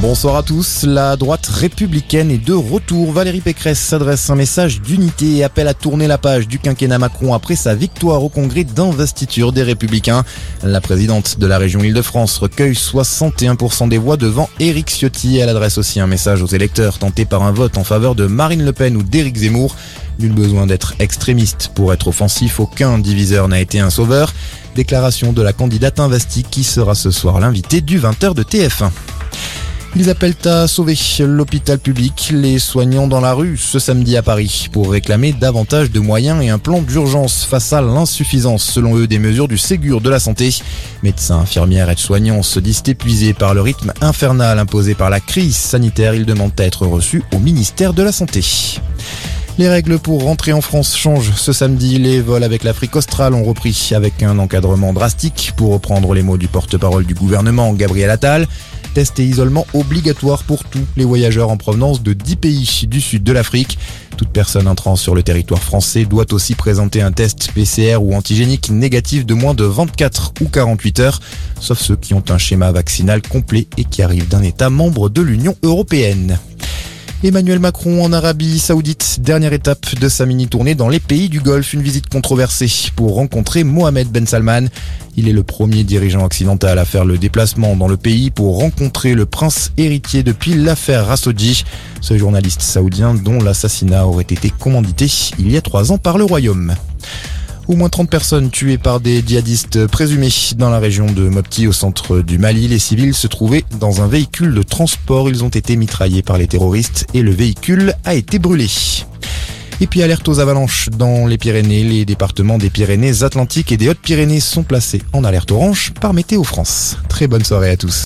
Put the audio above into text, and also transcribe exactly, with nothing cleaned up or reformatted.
Bonsoir à tous. La droite républicaine est de retour. Valérie Pécresse s'adresse un message d'unité et appelle à tourner la page du quinquennat Macron après sa victoire au congrès d'investiture des Républicains. La présidente de la région Île-de-France recueille soixante et un pour cent des voix devant Éric Ciotti. Elle adresse aussi un message aux électeurs tentés par un vote en faveur de Marine Le Pen ou d'Éric Zemmour. Nul besoin d'être extrémiste pour être offensif. Aucun diviseur n'a été un sauveur. Déclaration de la candidate investie qui sera ce soir l'invité du vingt heures de T F un. Ils appellent à sauver l'hôpital public, les soignants dans la rue ce samedi à Paris pour réclamer davantage de moyens et un plan d'urgence face à l'insuffisance selon eux des mesures du Ségur de la santé. Médecins, infirmières, aides-soignants se disent épuisés par le rythme infernal imposé par la crise sanitaire. Ils demandent à être reçus au ministère de la Santé. Les règles pour rentrer en France changent ce samedi. Les vols avec l'Afrique australe ont repris avec un encadrement drastique pour reprendre les mots du porte-parole du gouvernement, Gabriel Attal. Test et isolement obligatoire pour tous les voyageurs en provenance de dix pays du sud de l'Afrique. Toute personne entrant sur le territoire français doit aussi présenter un test P C R ou antigénique négatif de moins de vingt-quatre ou quarante-huit heures, sauf ceux qui ont un schéma vaccinal complet et qui arrivent d'un État membre de l'Union européenne. Emmanuel Macron en Arabie Saoudite, dernière étape de sa mini-tournée dans les pays du Golfe, une visite controversée pour rencontrer Mohamed Ben Salman. Il est le premier dirigeant occidental à faire le déplacement dans le pays pour rencontrer le prince héritier depuis l'affaire Rastogi, ce journaliste saoudien dont l'assassinat aurait été commandité il y a trois ans par le Royaume. Au moins trente personnes tuées par des djihadistes présumés dans la région de Mopti au centre du Mali. Les civils se trouvaient dans un véhicule de transport. Ils ont été mitraillés par les terroristes et le véhicule a été brûlé. Et puis alerte aux avalanches dans les Pyrénées. Les départements des Pyrénées Atlantiques et des Hautes-Pyrénées sont placés en alerte orange par Météo France. Très bonne soirée à tous.